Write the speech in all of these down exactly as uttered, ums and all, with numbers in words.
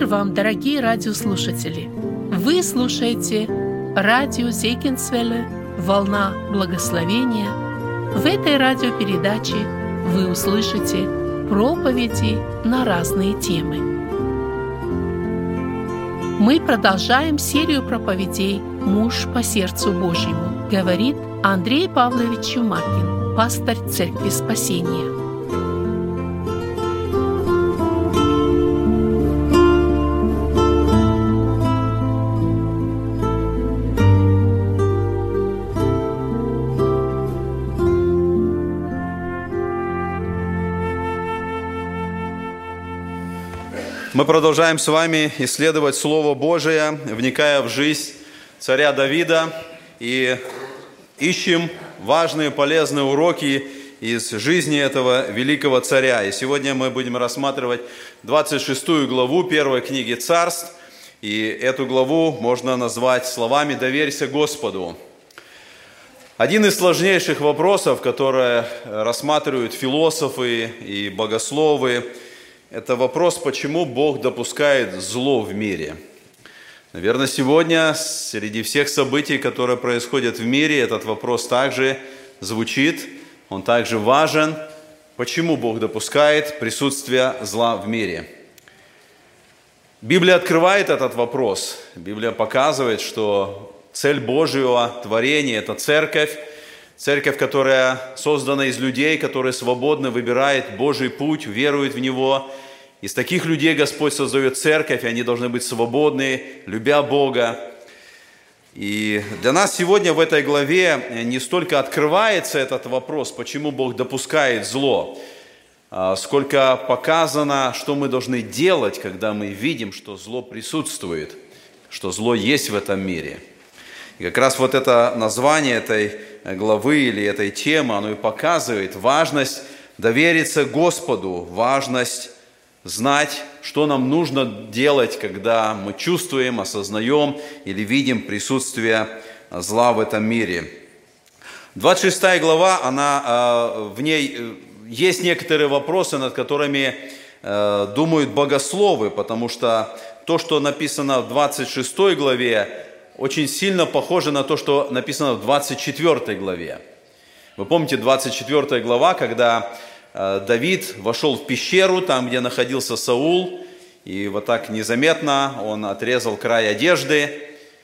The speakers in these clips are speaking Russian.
вам, дорогие радиослушатели! Вы слушаете радио Зегенсвелле «Волна благословения». В этой радиопередаче вы услышите проповеди на разные темы. Мы продолжаем серию проповедей «Муж по сердцу Божьему», говорит Андрей Павлович Чумакин, пастырь Церкви Спасения. Мы продолжаем с вами исследовать Слово Божие, вникая в жизнь царя Давида, и ищем важные, полезные уроки из жизни этого великого царя. И сегодня мы будем рассматривать двадцать шестую главу первой книги Царств, и эту главу можно назвать словами «Доверься Господу». Один из сложнейших вопросов, которые рассматривают философы и богословы, это вопрос, почему Бог допускает зло в мире. Наверное, сегодня среди всех событий, которые происходят в мире, этот вопрос также звучит, он также важен. Почему Бог допускает присутствие зла в мире? Библия открывает этот вопрос. Библия показывает, что цель Божьего творения – это церковь, церковь, которая создана из людей, которые свободно выбирают Божий путь, веруют в Него. Из таких людей Господь создает церковь, и они должны быть свободны, любя Бога. И для нас сегодня в этой главе не столько открывается этот вопрос, почему Бог допускает зло, сколько показано, что мы должны делать, когда мы видим, что зло присутствует, что зло есть в этом мире. И как раз вот это название этой главы или этой темы, оно и показывает важность довериться Господу, важность знать, что нам нужно делать, когда мы чувствуем, осознаем или видим присутствие зла в этом мире. двадцать шестая глава, она, в ней есть некоторые вопросы, над которыми думают богословы, потому что то, что написано в двадцать шестой главе, очень сильно похоже на то, что написано в двадцать четвёртой главе. Вы помните, двадцать четвёртая глава, когда Давид вошел в пещеру, там, где находился Саул, и вот так незаметно он отрезал край одежды.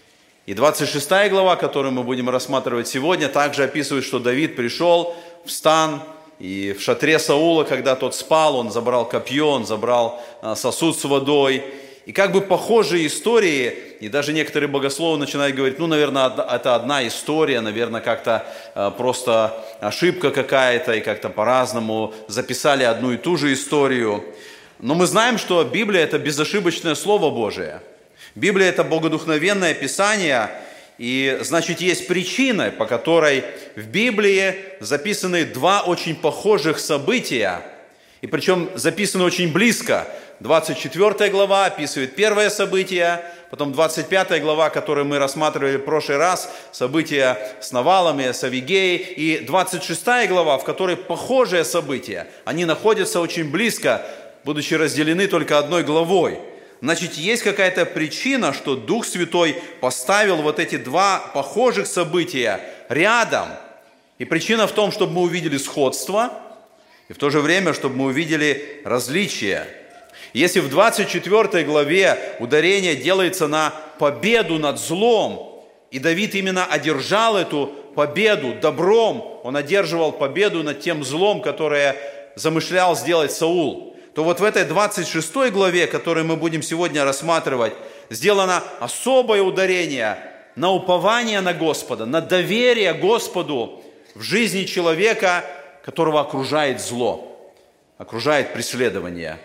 И двадцать шестая глава, которую мы будем рассматривать сегодня, также описывает, что Давид пришел в стан, и в шатре Саула, когда тот спал, он забрал копье, он забрал сосуд с водой. И как бы похожие истории, и даже некоторые богословы начинают говорить, ну, наверное, это одна история, наверное, как-то просто ошибка какая-то, и как-то по-разному записали одну и ту же историю. Но мы знаем, что Библия – это безошибочное Слово Божие. Библия – это богодухновенное Писание, и, значит, есть причина, по которой в Библии записаны два очень похожих события, и причем записаны очень близко. двадцать четвёртая глава описывает первое событие, потом двадцать пятая глава, которую мы рассматривали в прошлый раз, события с Навалом и с Авигеей, и двадцать шестая глава, в которой похожие события. Они находятся очень близко, будучи разделены только одной главой. Значит, есть какая-то причина, что Дух Святой поставил вот эти два похожих события рядом. И причина в том, чтобы мы увидели сходство, и в то же время, чтобы мы увидели различия. Если в двадцать четвёртой главе ударение делается на победу над злом, и Давид именно одержал эту победу добром, он одерживал победу над тем злом, которое замышлял сделать Саул, то вот в этой двадцать шестой главе, которую мы будем сегодня рассматривать, сделано особое ударение на упование на Господа, на доверие Господу в жизни человека, которого окружает зло, окружает преследование,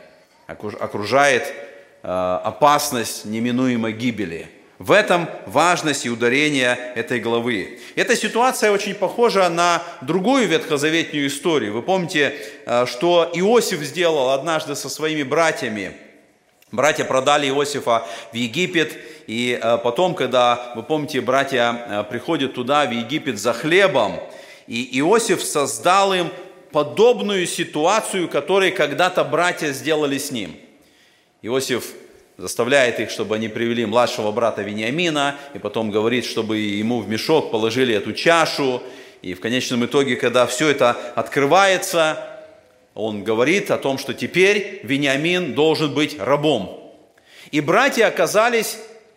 окружает э, опасность неминуемой гибели. В этом важность и ударение этой главы. Эта ситуация очень похожа на другую ветхозаветную историю. Вы помните, э, что Иосиф сделал однажды со своими братьями. Братья продали Иосифа в Египет, и э, потом, когда, вы помните, братья э, приходят туда, в Египет, за хлебом, и Иосиф создал им подобную ситуацию, которую когда-то братья сделали с ним. Иосиф заставляет их, чтобы они привели младшего брата Вениамина, и потом говорит, чтобы ему в мешок положили эту чашу. И в конечном итоге, когда все это открывается, он говорит о том, что теперь Вениамин должен быть рабом. И братья оказались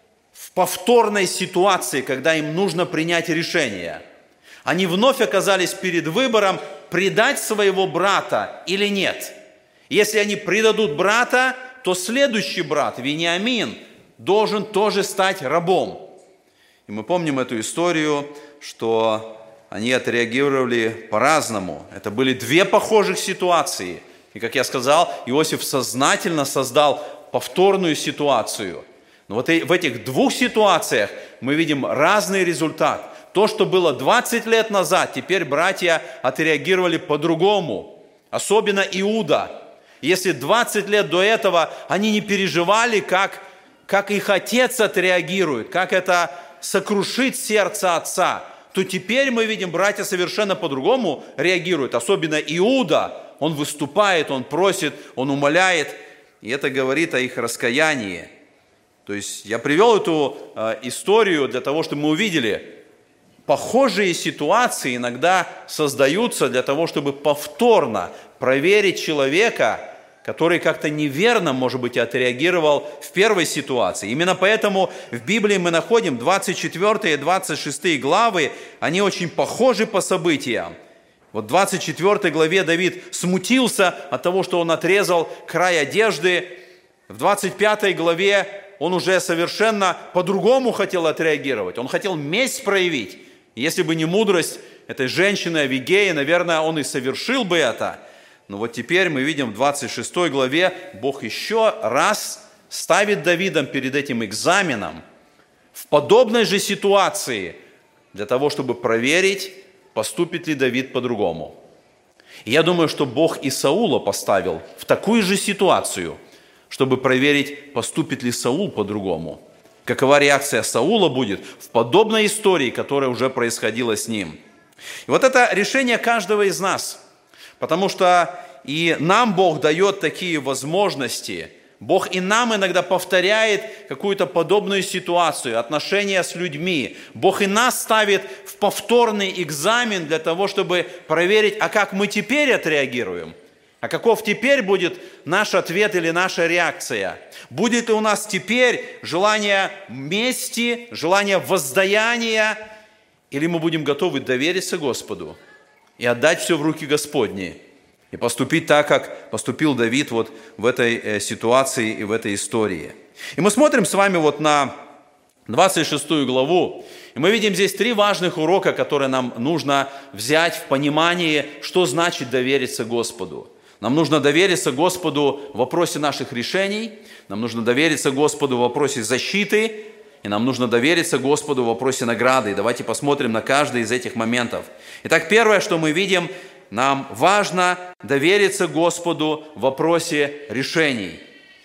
в повторной ситуации, когда им нужно принять решение. Они вновь оказались перед выбором, предать своего брата или нет. Если они предадут брата, то следующий брат, Вениамин, должен тоже стать рабом. И мы помним эту историю, что они отреагировали по-разному. Это были две похожих ситуации. И, как я сказал, Иосиф сознательно создал повторную ситуацию. Но вот в этих двух ситуациях мы видим разный результат. То, что было двадцать лет назад, теперь братья отреагировали по-другому. Особенно Иуда. Если двадцать лет до этого они не переживали, как, как их отец отреагирует, как это сокрушит сердце отца, то теперь мы видим, братья совершенно по-другому реагируют. Особенно Иуда. Он выступает, он просит, он умоляет. И это говорит о их раскаянии. То есть я привел эту э, историю для того, чтобы мы увидели, похожие ситуации иногда создаются для того, чтобы повторно проверить человека, который как-то неверно, может быть, отреагировал в первой ситуации. Именно поэтому в Библии мы находим двадцать четвёртая и двадцать шестая главы, они очень похожи по событиям. Вот в двадцать четвёртой главе Давид смутился от того, что он отрезал край одежды. В двадцать пятой главе он уже совершенно по-другому хотел отреагировать. Он хотел месть проявить. Если бы не мудрость этой женщины Авигеи, наверное, он и совершил бы это. Но вот теперь мы видим в двадцать шестой главе, Бог еще раз ставит Давида перед этим экзаменом в подобной же ситуации для того, чтобы проверить, поступит ли Давид по-другому. И я думаю, что Бог и Саула поставил в такую же ситуацию, чтобы проверить, поступит ли Саул по-другому. Какова реакция Саула будет в подобной истории, которая уже происходила с ним. И вот это решение каждого из нас. Потому что и нам Бог дает такие возможности. Бог и нам иногда повторяет какую-то подобную ситуацию, отношения с людьми. Бог и нас ставит в повторный экзамен для того, чтобы проверить, а как мы теперь отреагируем. А каков теперь будет наш ответ или наша реакция? Будет ли у нас теперь желание мести, желание воздаяния, или мы будем готовы довериться Господу и отдать все в руки Господни, и поступить так, как поступил Давид вот в этой ситуации и в этой истории. И мы смотрим с вами вот на двадцать шестую главу, и мы видим здесь три важных урока, которые нам нужно взять в понимании, что значит довериться Господу. Нам нужно довериться Господу в вопросе наших решений, нам нужно довериться Господу в вопросе защиты, и нам нужно довериться Господу в вопросе награды. И давайте посмотрим на каждый из этих моментов. Итак, первое, что мы видим, нам важно довериться Господу в вопросе решений.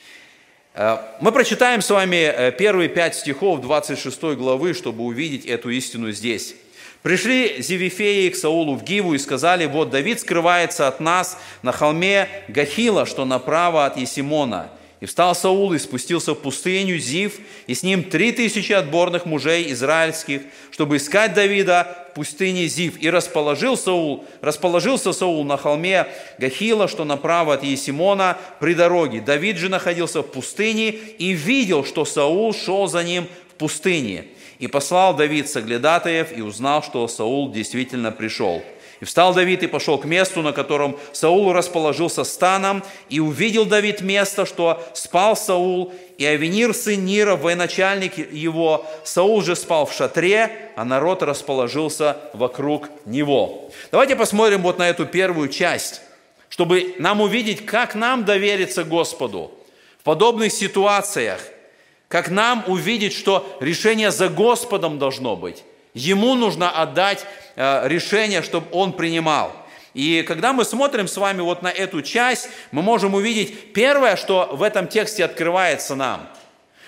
Мы прочитаем с вами первые пять стихов двадцать шестой главы, чтобы увидеть эту истину здесь. «Пришли Зевифеи к Саулу в Гиву и сказали: вот Давид скрывается от нас на холме Гахила, что направо от Есимона. И встал Саул и спустился в пустыню Зив, и с ним три тысячи отборных мужей израильских, чтобы искать Давида в пустыне Зив. И расположил Саул, расположился Саул на холме Гахила, что направо от Есимона, при дороге. Давид же находился в пустыне и видел, что Саул шел за ним в пустыне. И послал Давид соглядатаев и узнал, что Саул действительно пришел. И встал Давид и пошел к месту, на котором Саул расположился станом, и увидел Давид место, что спал Саул, и Авенир, сын Нира, военачальник его. Саул же спал в шатре, а народ расположился вокруг него». Давайте посмотрим вот на эту первую часть, чтобы нам увидеть, как нам довериться Господу в подобных ситуациях, как нам увидеть, что решение за Господом должно быть. Ему нужно отдать э, решение, чтобы он принимал. И когда мы смотрим с вами вот на эту часть, мы можем увидеть первое, что в этом тексте открывается нам.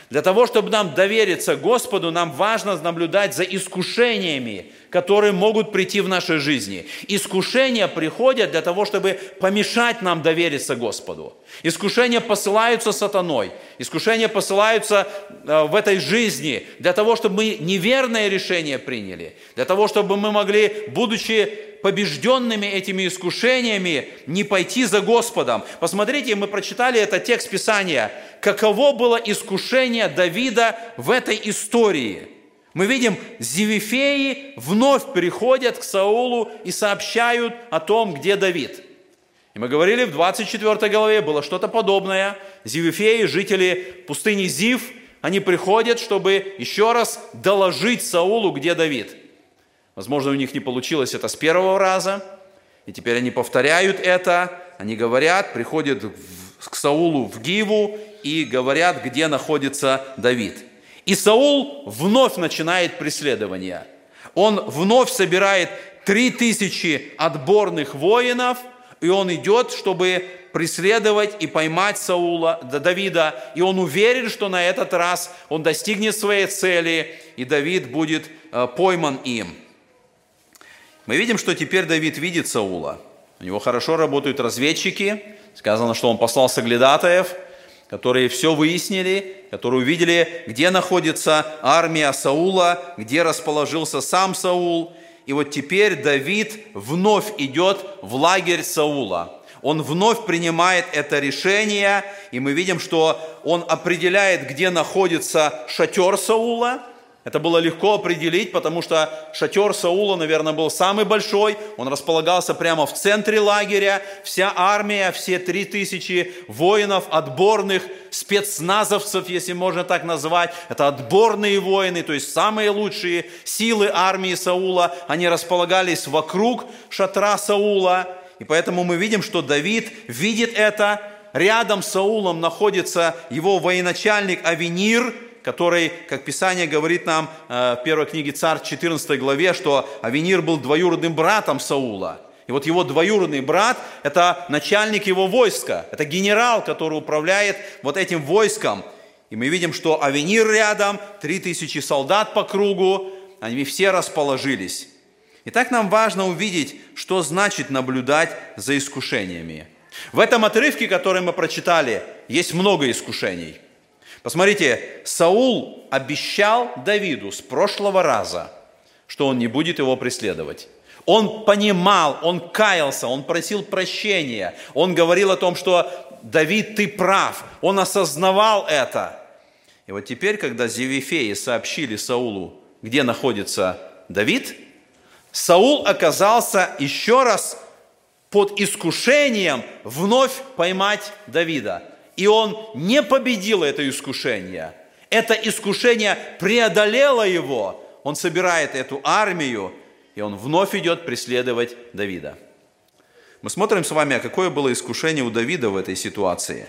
Для того, чтобы нам довериться Господу, нам важно наблюдать за искушениями, которые могут прийти в нашей жизни. Искушения приходят для того, чтобы помешать нам довериться Господу. Искушения посылаются сатаной. Искушения посылаются в этой жизни для того, чтобы мы неверное решение приняли. Для того, чтобы мы могли, будучи побежденными этими искушениями, не пойти за Господом. Посмотрите, мы прочитали этот текст Писания. Каково было искушение Давида в этой истории? Мы видим, зевифеи вновь приходят к Саулу и сообщают о том, где Давид. И мы говорили, в двадцать четвёртой главе было что-то подобное. Зевифеи, жители пустыни Зив, они приходят, чтобы еще раз доложить Саулу, где Давид. Возможно, у них не получилось это с первого раза, и теперь они повторяют это. Они говорят, приходят к Саулу в Гиву и говорят, где находится Давид. И Саул вновь начинает преследование. Он вновь собирает три тысячи отборных воинов, и он идет, чтобы преследовать и поймать Саула, Давида. И он уверен, что на этот раз он достигнет своей цели, и Давид будет пойман им. Мы видим, что теперь Давид видит Саула. У него хорошо работают разведчики. Сказано, что он послал соглядатаев, которые все выяснили, которые увидели, где находится армия Саула, где расположился сам Саул. И вот теперь Давид вновь идет в лагерь Саула. Он вновь принимает это решение, и мы видим, что он определяет, где находится шатер Саула. Это было легко определить, потому что шатер Саула, наверное, был самый большой. Он располагался прямо в центре лагеря. Вся армия, все три тысячи воинов, отборных спецназовцев, если можно так назвать. Это отборные воины, то есть самые лучшие силы армии Саула. Они располагались вокруг шатра Саула. И поэтому мы видим, что Давид видит это. Рядом с Саулом находится его военачальник Авенир, который, как Писание говорит нам в первой книге Царств, четырнадцатой главе, что Авенир был двоюродным братом Саула. И вот его двоюродный брат – это начальник его войска, это генерал, который управляет вот этим войском. И мы видим, что Авенир рядом, три тысячи солдат по кругу, они все расположились. Итак, нам важно увидеть, что значит наблюдать за искушениями. В этом отрывке, который мы прочитали, есть много искушений. Посмотрите, Саул обещал Давиду с прошлого раза, что он не будет его преследовать. Он понимал, он каялся, он просил прощения. Он говорил о том, что «Давид, ты прав». Он осознавал это. И вот теперь, когда зевифеи сообщили Саулу, где находится Давид, Саул оказался еще раз под искушением вновь поймать Давида. И он не победил это искушение. Это искушение преодолело его. Он собирает эту армию, и он вновь идет преследовать Давида. Мы смотрим с вами, какое было искушение у Давида в этой ситуации.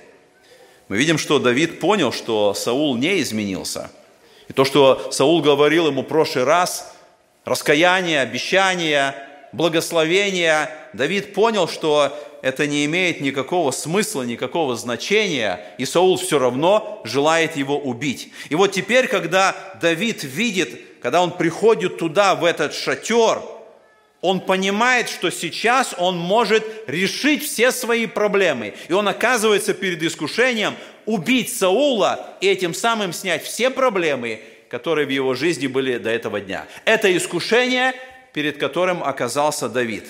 Мы видим, что Давид понял, что Саул не изменился. И то, что Саул говорил ему в прошлый раз, раскаяние, обещание, благословение, Давид понял, что это не имеет никакого смысла, никакого значения, и Саул все равно желает его убить. И вот теперь, когда Давид видит, когда он приходит туда, в этот шатер, он понимает, что сейчас он может решить все свои проблемы. И он оказывается перед искушением убить Саула и этим самым снять все проблемы, которые в его жизни были до этого дня. Это искушение, перед которым оказался Давид.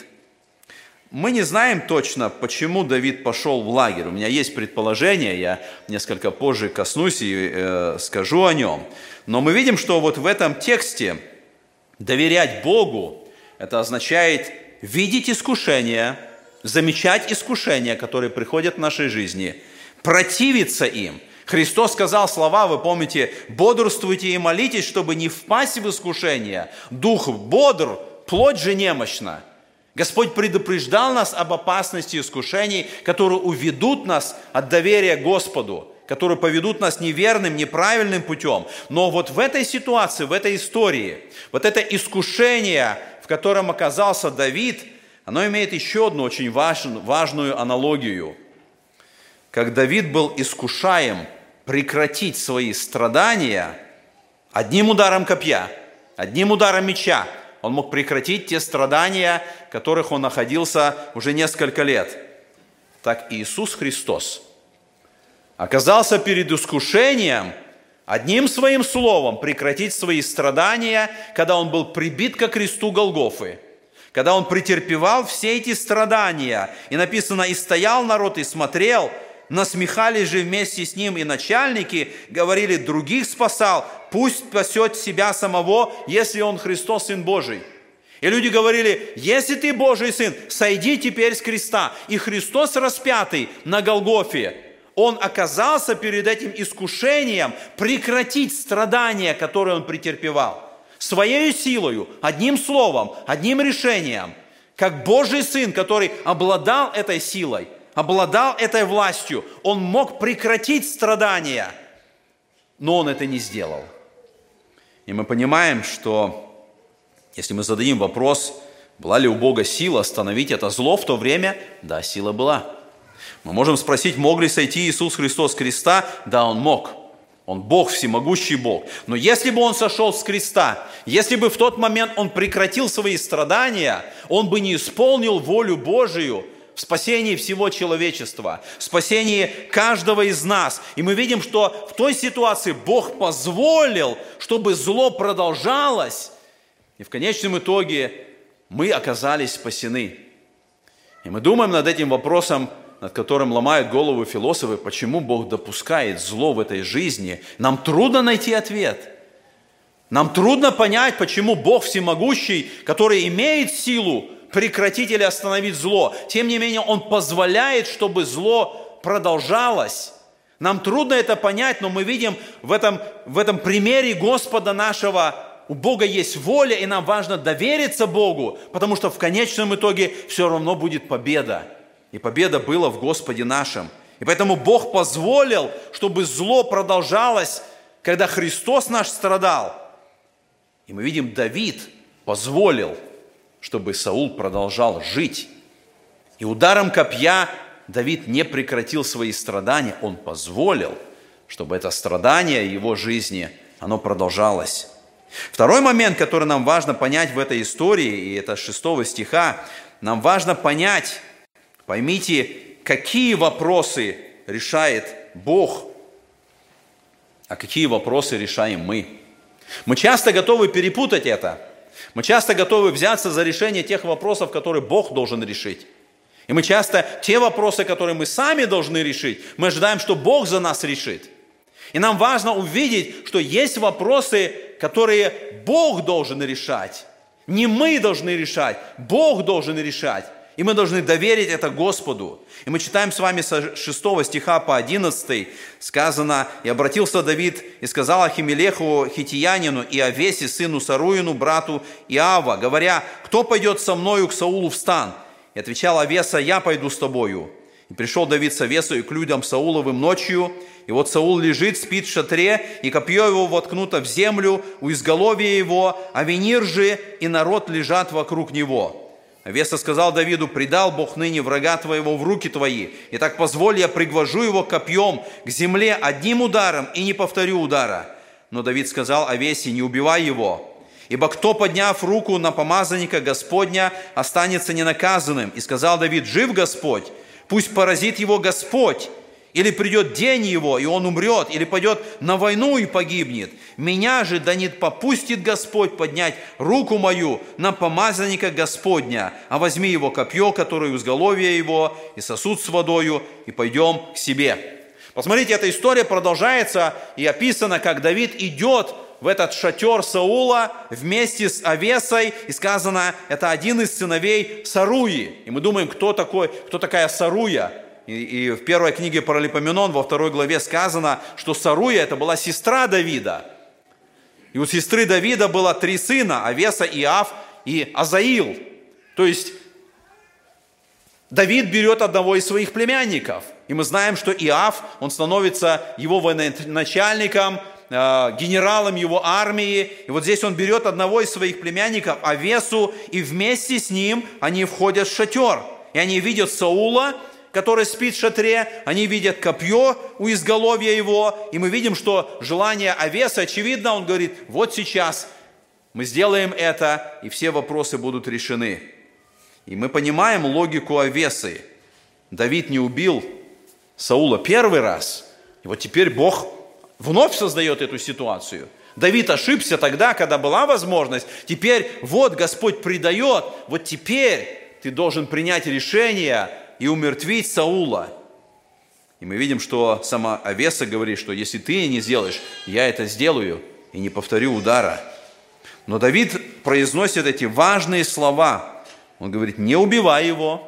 Мы не знаем точно, почему Давид пошел в лагерь. У меня есть предположение, я несколько позже коснусь и э, скажу о нем. Но мы видим, что вот в этом тексте доверять Богу, это означает видеть искушения, замечать искушения, которые приходят в нашей жизни, противиться им. Христос сказал слова, вы помните, бодрствуйте и молитесь, чтобы не впасть в искушение. Дух бодр, плоть же немощна. Господь предупреждал нас об опасности искушений, которые уведут нас от доверия Господу, которые поведут нас неверным, неправильным путем. Но вот в этой ситуации, в этой истории, вот это искушение, в котором оказался Давид, оно имеет еще одну очень важную, важную аналогию. Как Давид был искушаем прекратить свои страдания одним ударом копья, одним ударом меча. Он мог прекратить те страдания, в которых он находился уже несколько лет. Так Иисус Христос оказался перед искушением одним своим словом прекратить свои страдания, когда он был прибит ко кресту Голгофы, когда он претерпевал все эти страдания. И написано, и стоял народ, и смотрел, насмехались же вместе с ним и начальники, говорили, других спасал, пусть спасет себя самого, если он Христос, Сын Божий. И люди говорили, если ты Божий Сын, сойди теперь с креста. И Христос распятый на Голгофе, он оказался перед этим искушением прекратить страдания, которые он претерпевал. Своей силою, одним словом, одним решением, как Божий Сын, который обладал этой силой, обладал этой властью, он мог прекратить страдания, но он это не сделал. И мы понимаем, что если мы зададим вопрос, была ли у Бога сила остановить это зло в то время, да, сила была. Мы можем спросить, мог ли сойти Иисус Христос с креста? Да, Он мог. Он Бог, всемогущий Бог. Но если бы Он сошел с креста, если бы в тот момент Он прекратил свои страдания, Он бы не исполнил волю Божию в спасении всего человечества, в спасении каждого из нас. И мы видим, что в той ситуации Бог позволил, чтобы зло продолжалось, и в конечном итоге мы оказались спасены. И мы думаем над этим вопросом, над которым ломают голову философы, почему Бог допускает зло в этой жизни. Нам трудно найти ответ. Нам трудно понять, почему Бог всемогущий, который имеет силу прекратить или остановить зло, тем не менее Он позволяет, чтобы зло продолжалось. Нам трудно это понять, но мы видим в этом, в этом примере Господа нашего, у Бога есть воля, и нам важно довериться Богу, потому что в конечном итоге все равно будет победа. И победа была в Господе нашем. И поэтому Бог позволил, чтобы зло продолжалось, когда Христос наш страдал. И мы видим, Давид позволил, чтобы Саул продолжал жить. И ударом копья Давид не прекратил свои страдания. Он позволил, чтобы это страдание его жизни, оно продолжалось. Второй момент, который нам важно понять в этой истории, и это с шестого стиха, нам важно понять, поймите, какие вопросы решает Бог, а какие вопросы решаем мы. Мы часто готовы перепутать это. Мы часто готовы взяться за решение тех вопросов, которые Бог должен решить. И мы часто те вопросы, которые мы сами должны решить, мы ожидаем, что Бог за нас решит. И нам важно увидеть, что есть вопросы, которые Бог должен решать. Не мы должны решать, Бог должен решать. И мы должны доверить это Господу. И мы читаем с вами с шестого стиха по одиннадцатый. Сказано, «И обратился Давид и сказал Ахимелеху хитиянину и Авесе, сыну Саруину, брату Иава, говоря, кто пойдет со мною к Саулу в стан? И отвечал Авеса, я пойду с тобою. И пришел Давид с Авесой и к людям Сауловым ночью, и вот Саул лежит, спит в шатре, и копье его воткнуто в землю, у изголовья его, а Авенир же и народ лежат вокруг него. Авеса сказал Давиду, предал Бог ныне врага твоего в руки твои, и так позволь, я пригвожу его копьем к земле одним ударом, и не повторю удара. Но Давид сказал Авесе, не убивай его, ибо кто, подняв руку на помазанника Господня, останется ненаказанным. И сказал Давид, жив Господь, пусть поразит его Господь, или придет день его, и он умрет, или пойдет на войну и погибнет. Меня же да не попустит Господь поднять руку мою на помазанника Господня, а возьми его копье, которое у изголовья его, и сосуд с водою, и пойдем к себе». Посмотрите, эта история продолжается, и описано, как Давид идет в этот шатер Саула вместе с Авесой, и сказано, это один из сыновей Саруи. И мы думаем, кто такой, кто такая Саруя? И, и в первой книге Паралипоменон, во второй главе сказано, что Саруя это была сестра Давида. И у сестры Давида было три сына, Авеса, Иав и Азаил. То есть Давид берет одного из своих племянников. И мы знаем, что Иав, он становится его военачальником, генералом его армии. И вот здесь он берет одного из своих племянников, Авесу, и вместе с ним они входят в шатер. И они видят Саула, который спит в шатре, они видят копье у изголовья его, и мы видим, что желание овесы, очевидно, он говорит, вот сейчас мы сделаем это, и все вопросы будут решены. И мы понимаем логику овесы. Давид не убил Саула первый раз, и вот теперь Бог вновь создает эту ситуацию. Давид ошибся тогда, когда была возможность. Теперь вот Господь предает, вот теперь ты должен принять решение и умертвить Саула. И мы видим, что сама овеса говорит, что если ты не сделаешь, я это сделаю и не повторю удара. Но Давид произносит эти важные слова. Он говорит, не убивай его.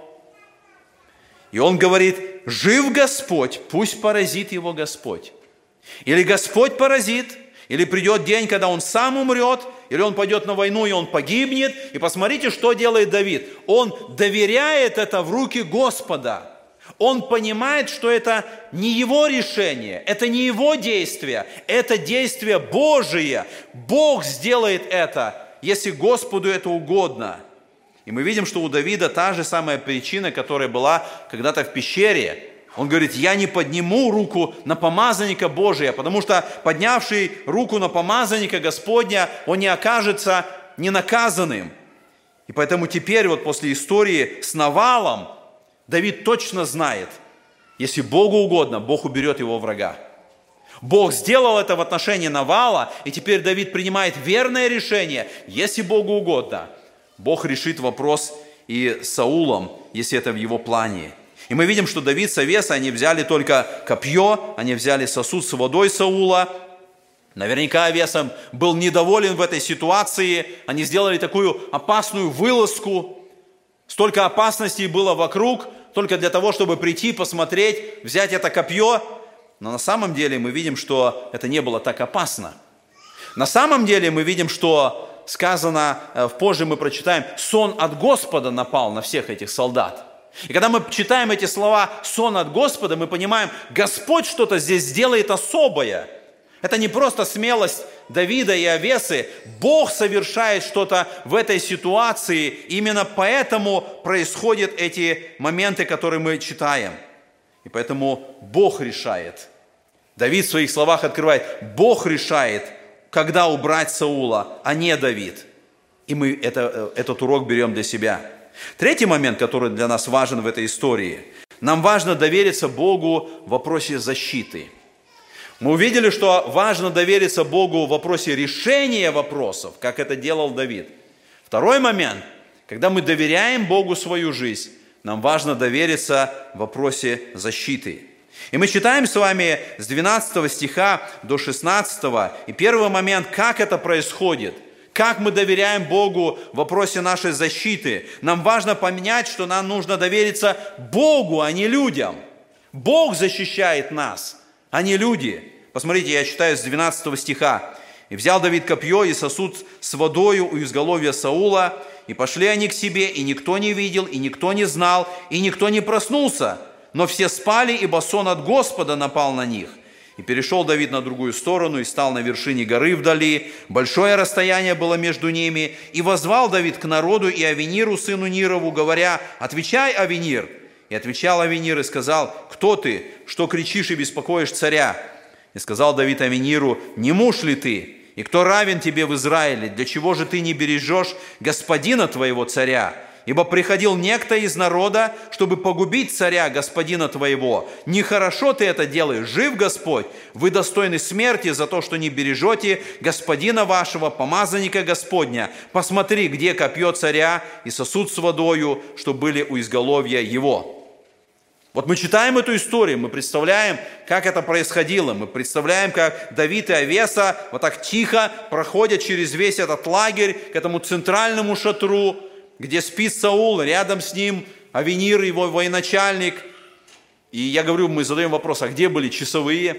И он говорит, жив Господь, пусть поразит его Господь. Или Господь поразит, или придет день, когда он сам умрет, или он пойдет на войну, и он погибнет. И посмотрите, что делает Давид. Он доверяет это в руки Господа. Он понимает, что это не его решение, это не его действие, это действие Божие. Бог сделает это, если Господу это угодно. И мы видим, что у Давида та же самая причина, которая была когда-то в пещере. Он говорит, я не подниму руку на помазанника Божия, потому что поднявший руку на помазанника Господня, он не окажется ненаказанным. И поэтому теперь вот после истории с Навалом, Давид точно знает, если Богу угодно, Бог уберет его врага. Бог сделал это в отношении Навала, и теперь Давид принимает верное решение, если Богу угодно. Бог решит вопрос и с Саулом, если это в его плане. И мы видим, что Давид с овесой, они взяли только копье, они взяли сосуд с водой Саула. Наверняка овеса был недоволен в этой ситуации. Они сделали такую опасную вылазку. Столько опасностей было вокруг, только для того, чтобы прийти, посмотреть, взять это копье. Но на самом деле мы видим, что это не было так опасно. На самом деле мы видим, что сказано, позже мы прочитаем, сон от Господа напал на всех этих солдат. И когда мы читаем эти слова «сон от Господа», мы понимаем, Господь что-то здесь делает особое. Это не просто смелость Давида и овесы. Бог совершает что-то в этой ситуации. Именно поэтому происходят эти моменты, которые мы читаем. И поэтому Бог решает. Давид в своих словах открывает, Бог решает, когда убрать Саула, а не Давид. И мы это, этот урок берем для себя. Третий момент, который для нас важен в этой истории. Нам важно довериться Богу в вопросе защиты. Мы увидели, что важно довериться Богу в вопросе решения вопросов, как это делал Давид. Второй момент, когда мы доверяем Богу свою жизнь, нам важно довериться в вопросе защиты. И мы читаем с вами с двенадцатого стиха до шестнадцатого. И первый момент, как это происходит. Как мы доверяем Богу в вопросе нашей защиты. Нам важно понять, что нам нужно довериться Богу, а не людям. Бог защищает нас, а не люди. Посмотрите, я читаю с двенадцатого стиха. «И взял Давид копье и сосуд с водою у изголовья Саула, и пошли они к себе, и никто не видел, и никто не знал, и никто не проснулся. Но все спали, ибо сон от Господа напал на них. И перешел Давид на другую сторону, и стал на вершине горы вдали. Большое расстояние было между ними. И воззвал Давид к народу и Авениру, сыну Нирову, говоря, «Отвечай, Авенир!» И отвечал Авенир и сказал, «Кто ты, что кричишь и беспокоишь царя?» И сказал Давид Авениру, «Не муж ли ты? И кто равен тебе в Израиле? Для чего же ты не бережешь господина твоего царя? Ибо приходил некто из народа, чтобы погубить царя, господина твоего. Нехорошо ты это делаешь, жив Господь. Вы достойны смерти за то, что не бережете господина вашего, помазанника Господня. Посмотри, где копье царя и сосуд с водою, что были у изголовья его». Вот мы читаем эту историю, мы представляем, как это происходило. Мы представляем, как Давид и овеса вот так тихо проходят через весь этот лагерь к этому центральному шатру, где спит Саул, рядом с ним Авенир, его военачальник. И я говорю, мы задаем вопрос, а где были часовые,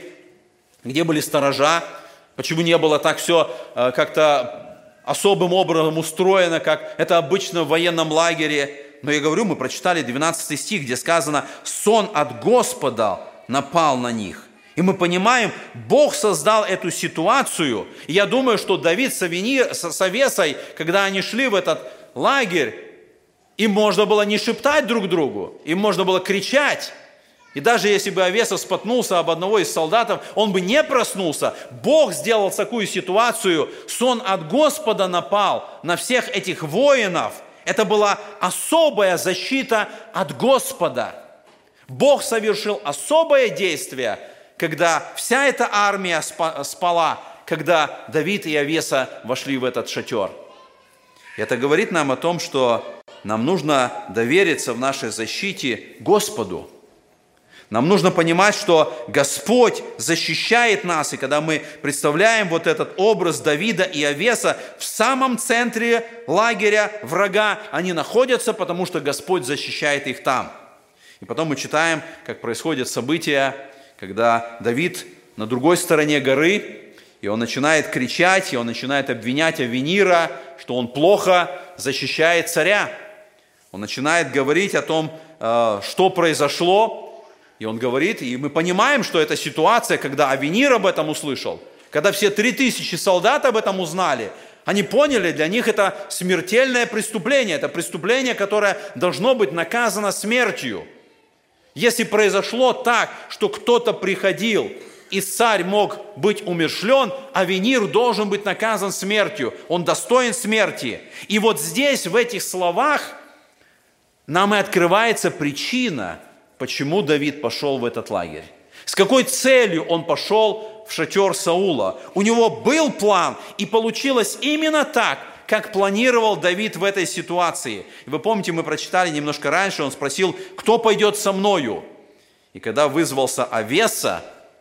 где были сторожа, почему не было так все как-то особым образом устроено, как это обычно в военном лагере. Но я говорю, мы прочитали двенадцатый стих, где сказано, сон от Господа напал на них. И мы понимаем, Бог создал эту ситуацию. И я думаю, что Давид с овесой, когда они шли в этот лагерь, Им можно было не шептать друг другу, им можно было кричать. И даже если бы Авеса споткнулся об одного из солдатов, он бы не проснулся. Бог сделал такую ситуацию, сон от Господа напал на всех этих воинов. Это была особая защита от Господа. Бог совершил особое действие, когда вся эта армия спала, когда Давид и Авеса вошли в этот шатер. Это говорит нам о том, что нам нужно довериться в нашей защите Господу. Нам нужно понимать, что Господь защищает нас, и когда мы представляем вот этот образ Давида и Авеса, в самом центре лагеря врага они находятся, потому что Господь защищает их там. И потом мы читаем, как происходят события, когда Давид на другой стороне горы, и он начинает кричать, и он начинает обвинять Авенира, что он плохо защищает царя. Он начинает говорить о том, что произошло, и он говорит, и мы понимаем, что это ситуация, когда Авенир об этом услышал, когда все три тысячи солдат об этом узнали, они поняли, для них это смертельное преступление, это преступление, которое должно быть наказано смертью. Если произошло так, что кто-то приходил, и царь мог быть умерщвлен, Авенир должен быть наказан смертью, он достоин смерти. И вот здесь, в этих словах, нам и открывается причина, почему Давид пошел в этот лагерь. С какой целью он пошел в шатер Саула. У него был план, и получилось именно так, как планировал Давид в этой ситуации. И вы помните, мы прочитали немножко раньше, он спросил, кто пойдет со мною? И когда вызвался Авеса,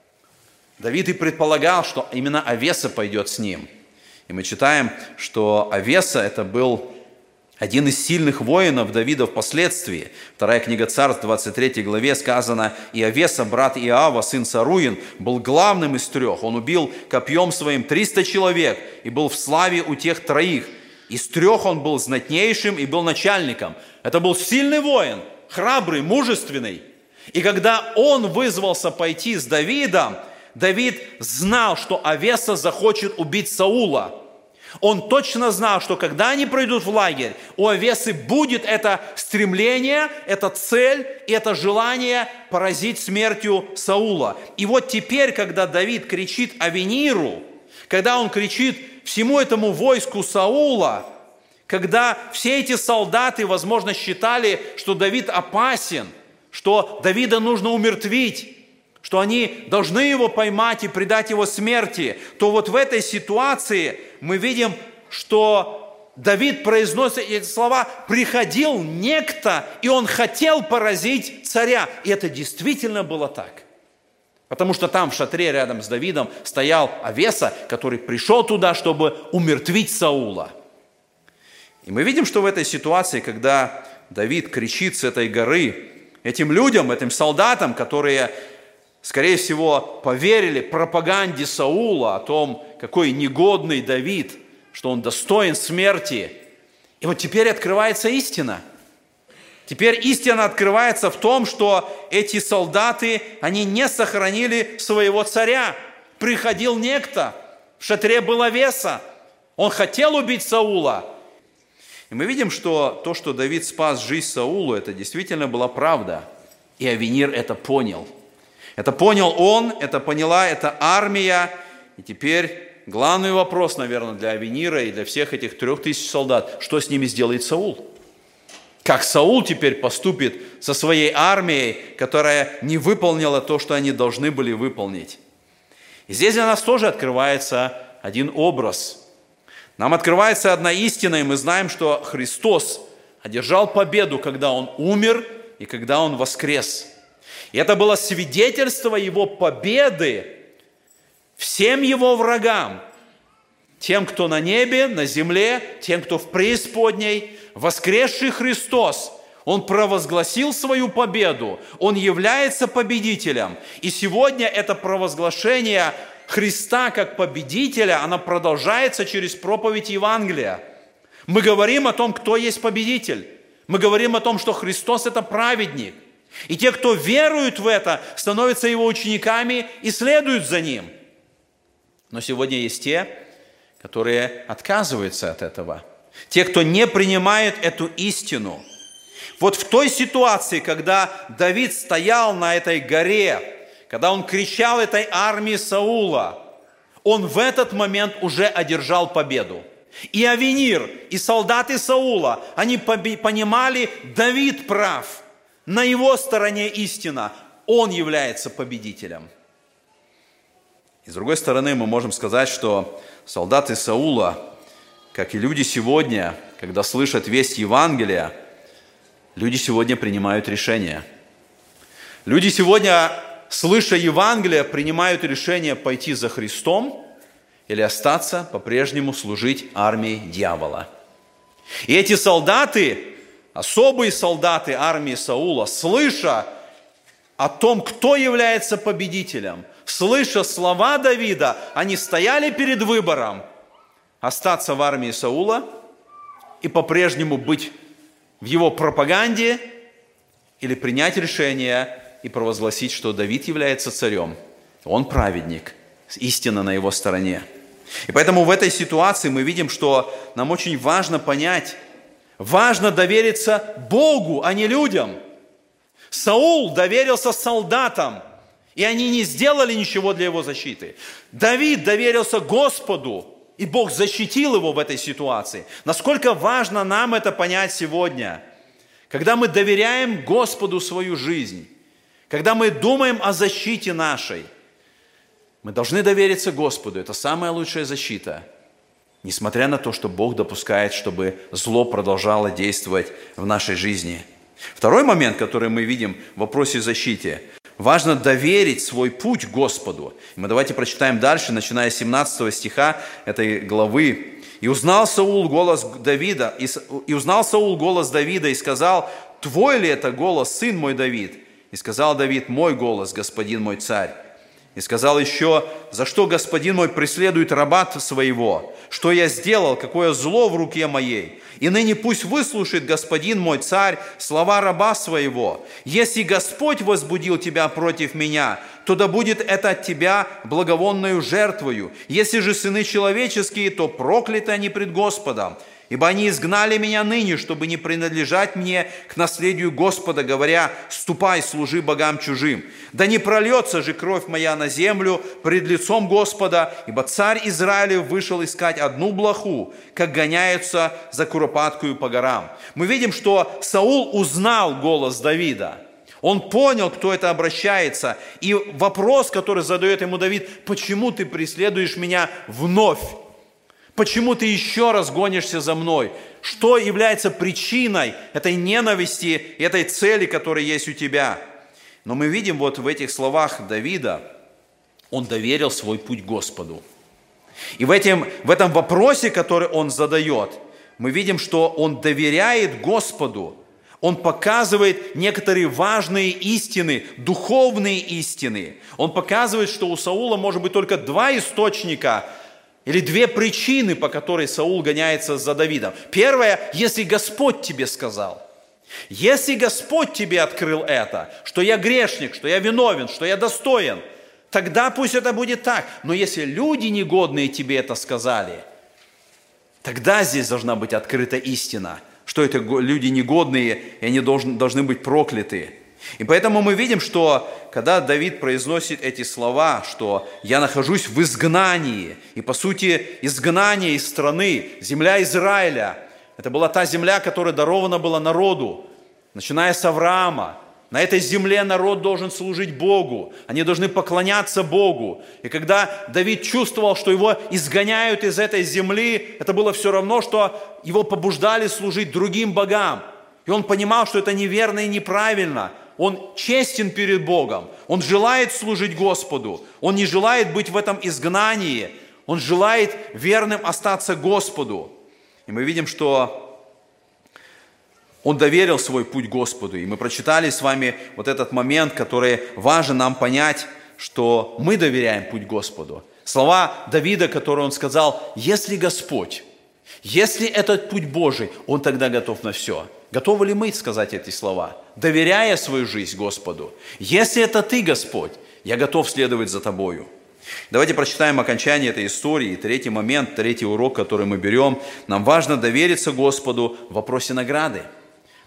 Давид и предполагал, что именно Авеса пойдет с ним. И мы читаем, что Авеса это был один из сильных воинов Давида впоследствии. Вторая книга Царств, двадцать третьей главе сказано, «И Авеса, брат Иоава, сын Саруин, был главным из трех. Он убил копьем своим триста человек и был в славе у тех троих. Из трех он был знатнейшим и был начальником». Это был сильный воин, храбрый, мужественный. И когда он вызвался пойти с Давидом, Давид знал, что Авеса захочет убить Саула. Он точно знал, что когда они пройдут в лагерь, у Авесы будет это стремление, эта цель, это желание поразить смертью Саула. И вот теперь, когда Давид кричит Авениру, когда он кричит всему этому войску Саула, когда все эти солдаты, возможно, считали, что Давид опасен, что Давида нужно умертвить, что они должны его поймать и предать его смерти, то вот в этой ситуации мы видим, что Давид произносит эти слова: «Приходил некто, и он хотел поразить царя». И это действительно было так. Потому что там в шатре рядом с Давидом стоял Авеса, который пришел туда, чтобы умертвить Саула. И мы видим, что в этой ситуации, когда Давид кричит с этой горы этим людям, этим солдатам, которые, скорее всего, поверили пропаганде Саула о том, какой негодный Давид, что он достоин смерти. И вот теперь открывается истина. Теперь истина открывается в том, что эти солдаты, они не сохранили своего царя. Приходил некто, в шатре был Авеса, он хотел убить Саула. И мы видим, что то, что Давид спас жизнь Саулу, это действительно была правда. И Авенир это понял. Это понял он, это поняла эта армия. И теперь главный вопрос, наверное, для Авенира и для всех этих трех тысяч солдат: что с ними сделает Саул? Как Саул теперь поступит со своей армией, которая не выполнила то, что они должны были выполнить? И здесь для нас тоже открывается один образ. Нам открывается одна истина, и мы знаем, что Христос одержал победу, когда Он умер и когда Он воскрес. И это было свидетельство Его победы всем Его врагам, тем, кто на небе, на земле, тем, кто в преисподней. Воскресший Христос, Он провозгласил свою победу, Он является победителем. И сегодня это провозглашение Христа как победителя, оно продолжается через проповедь Евангелия. Мы говорим о том, кто есть победитель. Мы говорим о том, что Христос – это праведник. И те, кто веруют в это, становятся Его учениками и следуют за Ним. Но сегодня есть те, которые отказываются от этого. Те, кто не принимает эту истину. Вот в той ситуации, когда Давид стоял на этой горе, когда он кричал этой армии Саула, он в этот момент уже одержал победу. И Авенир, и солдаты Саула, они понимали, Давид прав, на его стороне истина, он является победителем. И с другой стороны, мы можем сказать, что солдаты Саула, как и люди сегодня, когда слышат весть Евангелия, люди сегодня принимают решения. Люди сегодня, слыша Евангелие, принимают решение пойти за Христом или остаться по-прежнему служить армии дьявола. И эти солдаты, особые солдаты армии Саула, слыша о том, кто является победителем, слыша слова Давида, они стояли перед выбором остаться в армии Саула и по-прежнему быть в его пропаганде или принять решение и провозгласить, что Давид является царем. Он праведник, истина на его стороне. И поэтому в этой ситуации мы видим, что нам очень важно понять, важно довериться Богу, а не людям. Саул доверился солдатам, и они не сделали ничего для его защиты. Давид доверился Господу, и Бог защитил его в этой ситуации. Насколько важно нам это понять сегодня, когда мы доверяем Господу свою жизнь, когда мы думаем о защите нашей, мы должны довериться Господу. Это самая лучшая защита, несмотря на то, что Бог допускает, чтобы зло продолжало действовать в нашей жизни. Второй момент, который мы видим в вопросе защиты, важно доверить свой путь Господу. Мы давайте прочитаем дальше, начиная с семнадцатого стиха этой главы. «И узнал Саул голос Давида, и, и узнал Саул голос Давида, и сказал: Твой ли это голос, сын мой Давид? И сказал Давид: Мой голос, господин мой царь. И сказал еще: За что господин мой преследует раба своего? Что я сделал? Какое зло в руке моей? И ныне пусть выслушает господин мой царь слова раба своего. Если Господь возбудил тебя против меня, то да будет это от тебя благовонною жертвою. Если же сыны человеческие, то прокляты они пред Господом. Ибо они изгнали меня ныне, чтобы не принадлежать мне к наследию Господа, говоря: ступай, служи богам чужим. Да не прольется же кровь моя на землю пред лицом Господа, ибо царь Израилев вышел искать одну блоху, как гоняются за куропаткою по горам». Мы видим, что Саул узнал голос Давида. Он понял, кто это обращается. И вопрос, который задает ему Давид: почему ты преследуешь меня вновь? Почему ты еще раз гонишься за мной? Что является причиной этой ненависти, этой цели, которая есть у тебя? Но мы видим вот в этих словах Давида, он доверил свой путь Господу. И в этом, в этом вопросе, который он задает, мы видим, что он доверяет Господу. Он показывает некоторые важные истины, духовные истины. Он показывает, что у Саула может быть только два источника или две причины, по которой Саул гоняется за Давидом. Первое: если Господь тебе сказал, если Господь тебе открыл это, что я грешник, что я виновен, что я достоин, тогда пусть это будет так. Но если люди негодные тебе это сказали, тогда здесь должна быть открыта истина, что это люди негодные, и они должны, должны быть прокляты. И поэтому мы видим, что когда Давид произносит эти слова, что «я нахожусь в изгнании», и по сути изгнание из страны, земля Израиля, это была та земля, которая дарована была народу, начиная с Авраама. На этой земле народ должен служить Богу, они должны поклоняться Богу. И когда Давид чувствовал, что его изгоняют из этой земли, это было все равно, что его побуждали служить другим богам. И он понимал, что это неверно и неправильно. Он честен перед Богом, он желает служить Господу, он не желает быть в этом изгнании, он желает верным остаться Господу. И мы видим, что он доверил свой путь Господу. И мы прочитали с вами вот этот момент, который важно нам понять, что мы доверяем путь Господу. Слова Давида, которые он сказал: если Господь, если этот путь Божий, он тогда готов на все. Готовы ли мы сказать эти слова, доверяя свою жизнь Господу? Если это Ты, Господь, я готов следовать за Тобою. Давайте прочитаем окончание этой истории. Третий момент, третий урок, который мы берем. Нам важно довериться Господу в вопросе награды.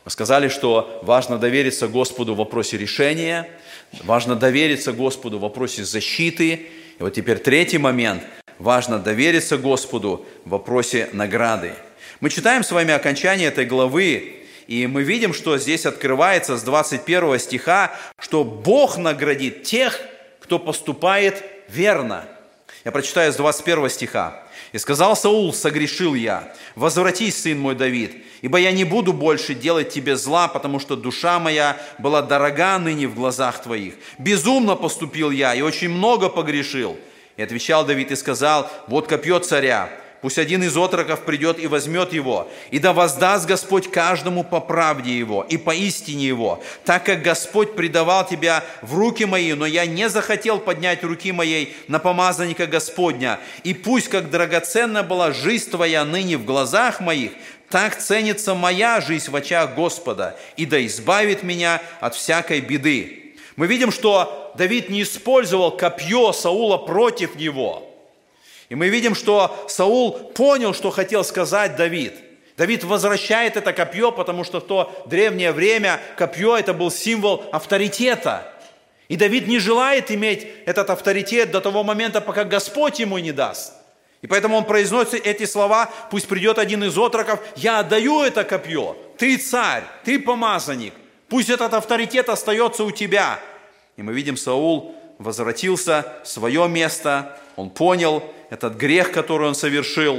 Мы сказали, что важно довериться Господу в вопросе решения, важно довериться Господу в вопросе защиты. И вот теперь третий момент. Важно довериться Господу в вопросе награды. Мы читаем с вами окончание этой главы, и мы видим, что здесь открывается с двадцать первого стиха, что Бог наградит тех, кто поступает верно. Я прочитаю с двадцать первого стиха. «И сказал Саул: согрешил я, возвратись, сын мой Давид, ибо я не буду больше делать тебе зла, потому что душа моя была дорога ныне в глазах твоих. Безумно поступил я и очень много погрешил». И отвечал Давид и сказал: «Вот копье царя, пусть один из отроков придет и возьмет его, и да воздаст Господь каждому по правде его и по истине его, так как Господь предавал тебя в руки мои, но я не захотел поднять руки моей на помазанника Господня. И пусть, как драгоценна была жизнь твоя ныне в глазах моих, так ценится моя жизнь в очах Господа, и да избавит меня от всякой беды». Мы видим, что Давид не использовал копье Саула против него. И мы видим, что Саул понял, что хотел сказать Давид. Давид возвращает это копье, потому что в то древнее время копье – это был символ авторитета. И Давид не желает иметь этот авторитет до того момента, пока Господь ему не даст. И поэтому он произносит эти слова: «Пусть придет один из отроков, я отдаю это копье, ты царь, ты помазанник, пусть этот авторитет остается у тебя». И мы видим, Саул возвратился в свое место, он понял этот грех, который он совершил.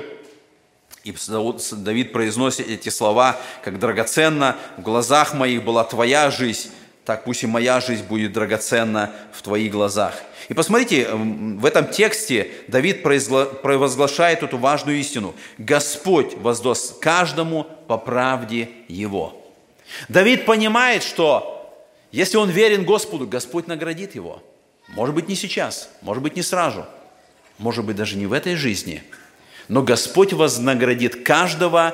И Давид произносит эти слова: «Как драгоценна в глазах моих была твоя жизнь, так пусть и моя жизнь будет драгоценна в твоих глазах». И посмотрите, в этом тексте Давид провозглашает эту важную истину: Господь воздаст каждому по правде его. Давид понимает, что если он верен Господу, Господь наградит его. Может быть, не сейчас, может быть, не сразу, может быть, даже не в этой жизни. Но Господь вознаградит каждого,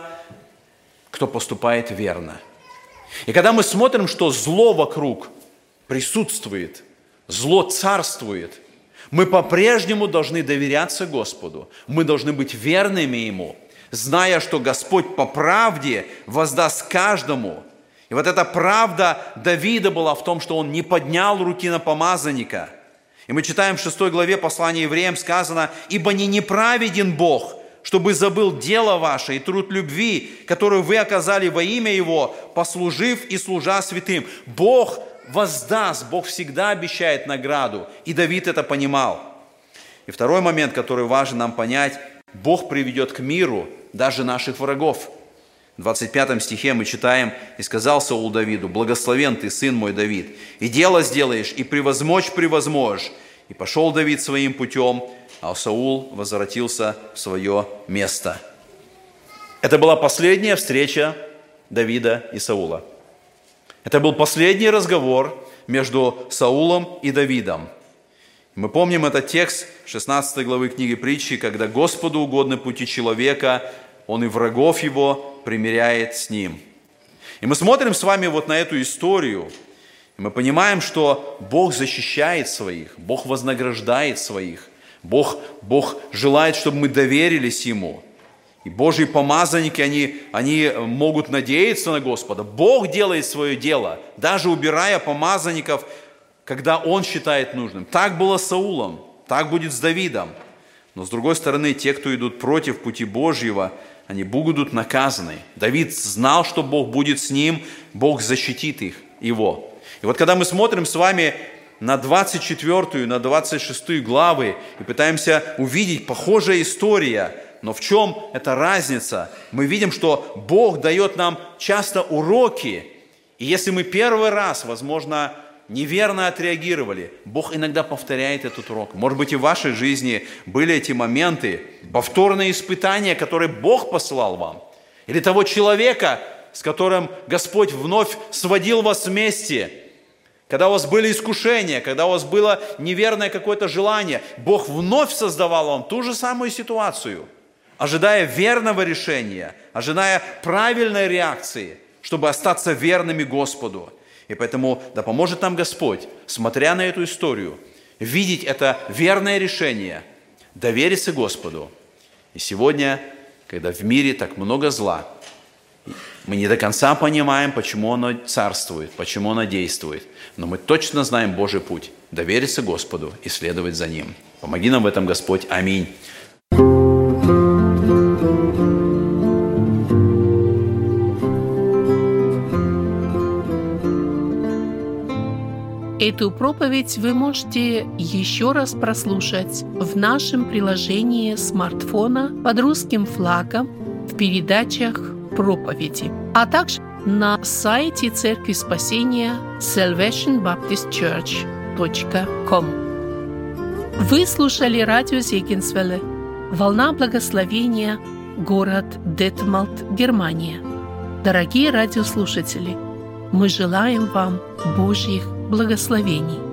кто поступает верно. И когда мы смотрим, что зло вокруг присутствует, зло царствует, мы по-прежнему должны доверяться Господу. Мы должны быть верными Ему, зная, что Господь по правде воздаст каждому. И вот эта правда Давида была в том, что он не поднял руки на помазанника. И мы читаем в шестой главе послания евреям сказано: «Ибо не неправеден Бог, чтобы забыл дело ваше и труд любви, которую вы оказали во имя Его, послужив и служа святым». Бог воздаст, Бог всегда обещает награду. И Давид это понимал. И второй момент, который важно нам понять: Бог приведет к миру даже наших врагов. В двадцать пятом стихе мы читаем: «И сказал Саул Давиду: благословен ты, сын мой Давид, и дело сделаешь, и превозмочь превозможешь. И пошел Давид своим путем, а Саул возвратился в свое место». Это была последняя встреча Давида и Саула. Это был последний разговор между Саулом и Давидом. Мы помним этот текст шестнадцатой главы книги Притчи, когда Господу угодны пути человека, он и врагов его примиряет с ним. И мы смотрим с вами вот на эту историю, и мы понимаем, что Бог защищает своих, Бог вознаграждает своих, Бог, Бог желает, чтобы мы доверились Ему. И Божьи помазанники, они, они могут надеяться на Господа. Бог делает свое дело, даже убирая помазанников, когда Он считает нужным. Так было с Саулом, так будет с Давидом. Но с другой стороны, те, кто идут против пути Божьего, они будут наказаны. Давид знал, что Бог будет с ним, Бог защитит их, его. И вот когда мы смотрим с вами на двадцать четвёртую, на двадцать шестую главы и пытаемся увидеть похожая история, но в чем эта разница? Мы видим, что Бог дает нам часто уроки, и если мы первый раз, возможно, неверно отреагировали, Бог иногда повторяет этот урок. Может быть, и в вашей жизни были эти моменты, повторные испытания, которые Бог посылал вам. Или того человека, с которым Господь вновь сводил вас вместе. Когда у вас были искушения, когда у вас было неверное какое-то желание, Бог вновь создавал вам ту же самую ситуацию, ожидая верного решения, ожидая правильной реакции, чтобы остаться верными Господу. И поэтому да поможет нам Господь, смотря на эту историю, видеть это верное решение, довериться Господу. И сегодня, когда в мире так много зла, Мы не до конца понимаем, почему оно царствует, почему оно действует. Но мы точно знаем Божий путь. Довериться Господу и следовать за Ним. Помоги нам в этом, Господь. Аминь. Эту проповедь вы можете еще раз прослушать в нашем приложении смартфона под русским флагом в передачах проповеди, а также на сайте Церкви Спасения salvation baptist church точка ком. Вы слушали радио Зегенсвелле, «Волна благословения», город Детмалт, Германия. Дорогие радиослушатели, мы желаем вам Божьих благословений.